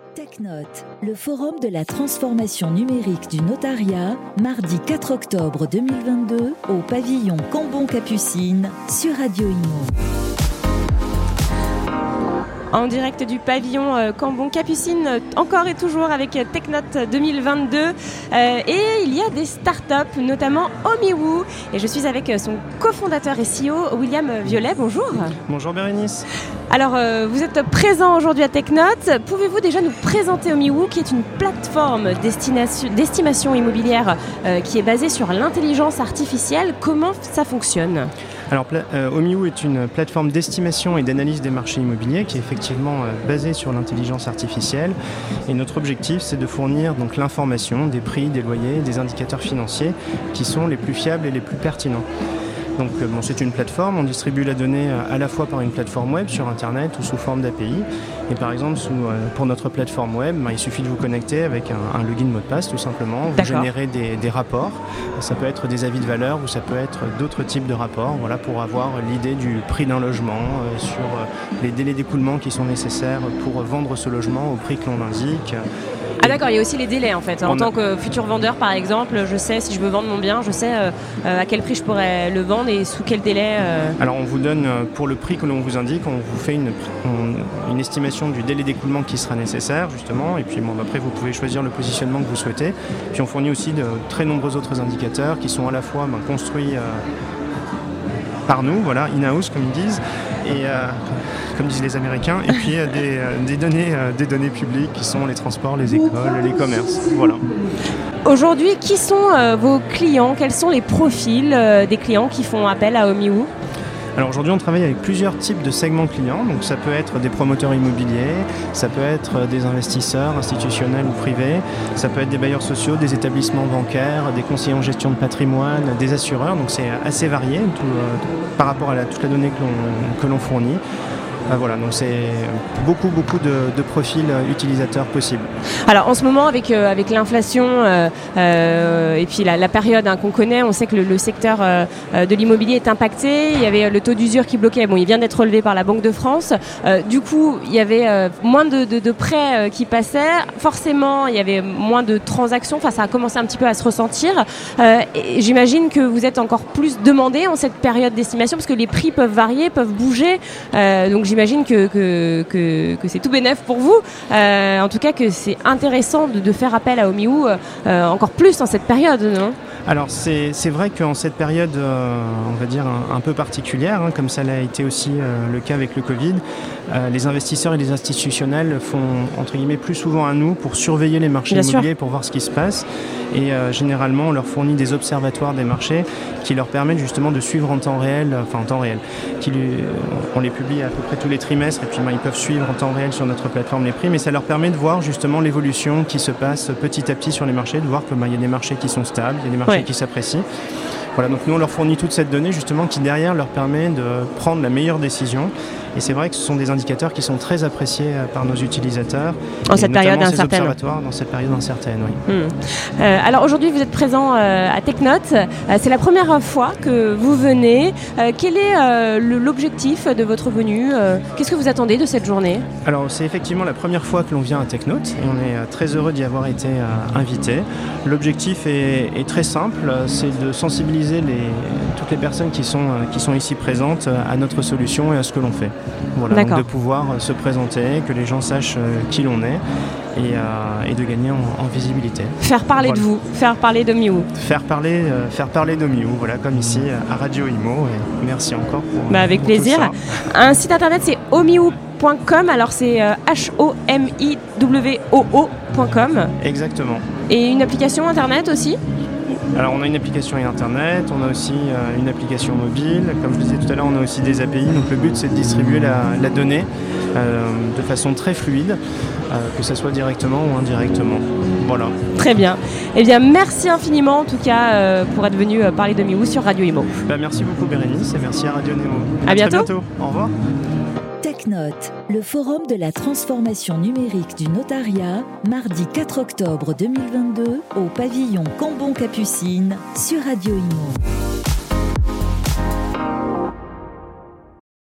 TechNote, le forum de la transformation numérique du notariat, mardi 4 octobre 2022 au pavillon Cambon-Capucines sur Radio Imo. En direct du pavillon Cambon-Capucines, encore et toujours avec TechNote 2022. Et il y a des startups, notamment Omiwoo. Et je suis avec son cofondateur et CEO, William Violet. Bonjour. Bonjour Bérénice. Alors, vous êtes présent aujourd'hui à TechNote. Pouvez-vous déjà nous présenter Omiwoo, qui est une plateforme d'estimation immobilière qui est basée sur l'intelligence artificielle. Comment ça fonctionne ? Alors, Omiwoo est une plateforme d'estimation et d'analyse des marchés immobiliers qui est effectivement basée sur l'intelligence artificielle. Et notre objectif, c'est de fournir donc l'information des prix, des loyers, des indicateurs financiers qui sont les plus fiables et les plus pertinents. Donc, c'est une plateforme, on distribue la donnée à la fois par une plateforme web sur Internet ou sous forme d'API. Et par exemple, pour notre plateforme web, il suffit de vous connecter avec un login mot de passe tout simplement. Vous générez des rapports, ça peut être des avis de valeur ou ça peut être d'autres types de rapports, pour avoir l'idée du prix d'un logement, sur les délais d'écoulement qui sont nécessaires pour vendre ce logement au prix que l'on indique. Ah d'accord, il y a aussi les délais en fait. En tant que futur vendeur par exemple, je sais si je veux vendre mon bien, je sais à quel prix je pourrais le vendre et sous quel délai. Alors on vous donne, pour le prix que l'on vous indique, on vous fait une estimation du délai d'écoulement qui sera nécessaire justement. Et puis après vous pouvez choisir le positionnement que vous souhaitez. Puis on fournit aussi de très nombreux autres indicateurs qui sont à la fois construits par nous, in-house comme ils disent, et comme disent les Américains, et puis des données publiques qui sont les transports, les écoles, les commerces. Voilà. Aujourd'hui, qui sont vos clients ? Quels sont les profils des clients qui font appel à Omiwoo ? Alors aujourd'hui, on travaille avec plusieurs types de segments clients. Donc ça peut être des promoteurs immobiliers, ça peut être des investisseurs institutionnels ou privés, ça peut être des bailleurs sociaux, des établissements bancaires, des conseillers en gestion de patrimoine, des assureurs. Donc c'est assez varié par rapport à toute la donnée que l'on fournit. Donc c'est beaucoup de profils utilisateurs possibles. Alors en ce moment avec l'inflation et puis la période qu'on connaît, on sait que le secteur de l'immobilier est impacté. Il y avait le taux d'usure qui bloquait. Il vient d'être relevé par la Banque de France. Du coup, il y avait moins de prêts qui passaient. Forcément, il y avait moins de transactions. Ça a commencé un petit peu à se ressentir. Et j'imagine que vous êtes encore plus demandé en cette période d'estimation parce que les prix peuvent varier, peuvent bouger. Donc j'imagine que c'est tout bénef pour vous. En tout cas, que c'est intéressant de faire appel à Omiwoo encore plus en cette période, non ? Alors c'est vrai qu'en cette période, on va dire un peu particulière, comme ça l'a été aussi le cas avec le Covid, les investisseurs et les institutionnels font entre guillemets plus souvent à nous pour surveiller les marchés immobiliers, pour voir ce qui se passe. Et généralement, on leur fournit des observatoires des marchés qui leur permettent justement de suivre en temps réel. On les publie à peu près tous les trimestres et puis ils peuvent suivre en temps réel sur notre plateforme les prix, mais ça leur permet de voir justement l'évolution qui se passe petit à petit sur les marchés, de voir qu'il y a des marchés qui sont stables, il y a des marchés qui s'apprécient. Donc nous on leur fournit toute cette donnée justement qui derrière leur permet de prendre la meilleure décision. Et c'est vrai que ce sont des indicateurs qui sont très appréciés par nos utilisateurs. En cette période incertaine. Dans cette période incertaine, oui. Alors aujourd'hui, vous êtes présent à TechNote. C'est la première fois que vous venez. Quel est l'objectif de votre venue ? Qu'est-ce que vous attendez de cette journée ? Alors c'est effectivement la première fois que l'on vient à TechNote et on est très heureux d'y avoir été invité. L'objectif est très simple, c'est de sensibiliser toutes les personnes qui sont ici présentes à notre solution et à ce que l'on fait. Donc de pouvoir se présenter, que les gens sachent qui l'on est et de gagner en visibilité. Faire parler de vous, faire parler d'Omiwoo. Faire parler d'Omiwoo, comme ici à Radio Imo. Et merci encore pour avec plaisir. Tout ça. Un site internet, c'est omiwoo.com. Alors c'est HOMIWOO.com. Exactement. Et une application internet aussi ? Alors on a une application internet, on a aussi une application mobile, comme je disais tout à l'heure on a aussi des API, donc le but c'est de distribuer la donnée de façon très fluide, que ce soit directement ou indirectement. Voilà. Très bien. Eh bien merci infiniment en tout cas pour être venu parler d'Omiwoo sur Radio Imo. Merci beaucoup Bérénice et merci à Radio Imo. À bientôt. Très bientôt. Au revoir. TechNote, le forum de la transformation numérique du notariat, mardi 4 octobre 2022 au pavillon Cambon-Capucines sur Radio Imo.